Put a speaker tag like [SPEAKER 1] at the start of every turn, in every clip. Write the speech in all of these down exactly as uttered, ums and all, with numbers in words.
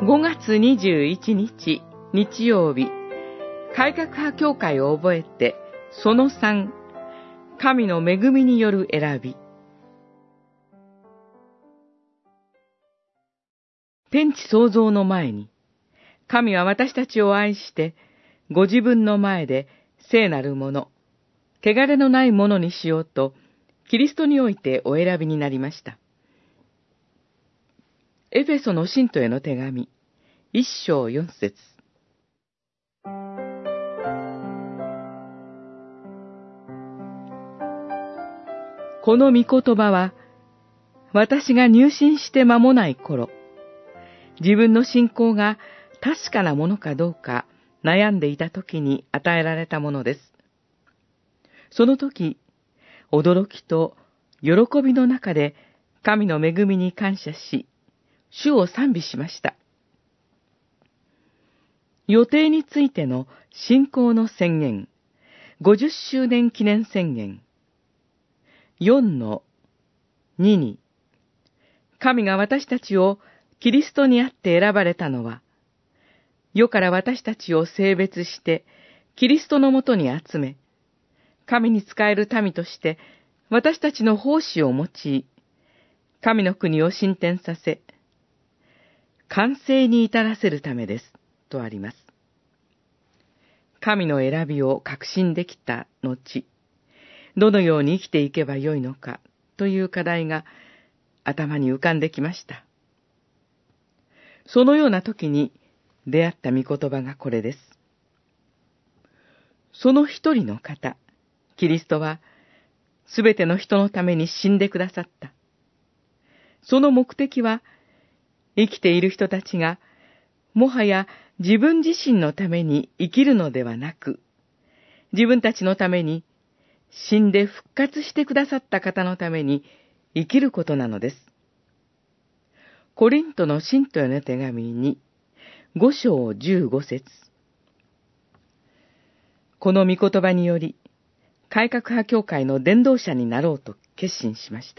[SPEAKER 1] ごがつにじゅういちにち日曜日、改革派教会を覚えてそのさん、神の恵みによる選び。天地創造の前に、神は私たちを愛して、ご自分の前で聖なるもの、汚れのないものにしようと、キリストにおいてお選びになりました。エフェソの信徒への手紙、一章四節。この御言葉は、私が入信して間もない頃、自分の信仰が確かなものかどうか悩んでいた時に与えられたものです。その時、驚きと喜びの中で神の恵みに感謝し、主を賛美しました。予定についての信仰の宣言、ごじゅっしゅうねん記念宣言、よんのにに、神が私たちをキリストにあって選ばれたのは、世から私たちを性別して、キリストのもとに集め、神に仕える民として、私たちの奉仕を用い、神の国を進展させ、完成に至らせるためです、とあります。神の選びを確信できた後、どのように生きていけばよいのか、という課題が頭に浮かんできました。そのような時に出会った御言葉がこれです。その一人の方、キリストは、すべての人のために死んでくださった。その目的は、生きている人たちが、もはや自分自身のために生きるのではなく、自分たちのために、死んで復活してくださった方のために生きることなのです。コリントの信徒への手紙に、ご章じゅうご節。この御言葉により、改革派教会の伝道者になろうと決心しました。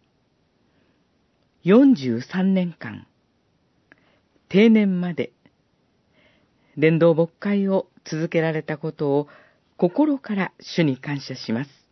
[SPEAKER 1] よんじゅうさんねんかん、定年まで、伝道牧会を続けられたことを心から主に感謝します。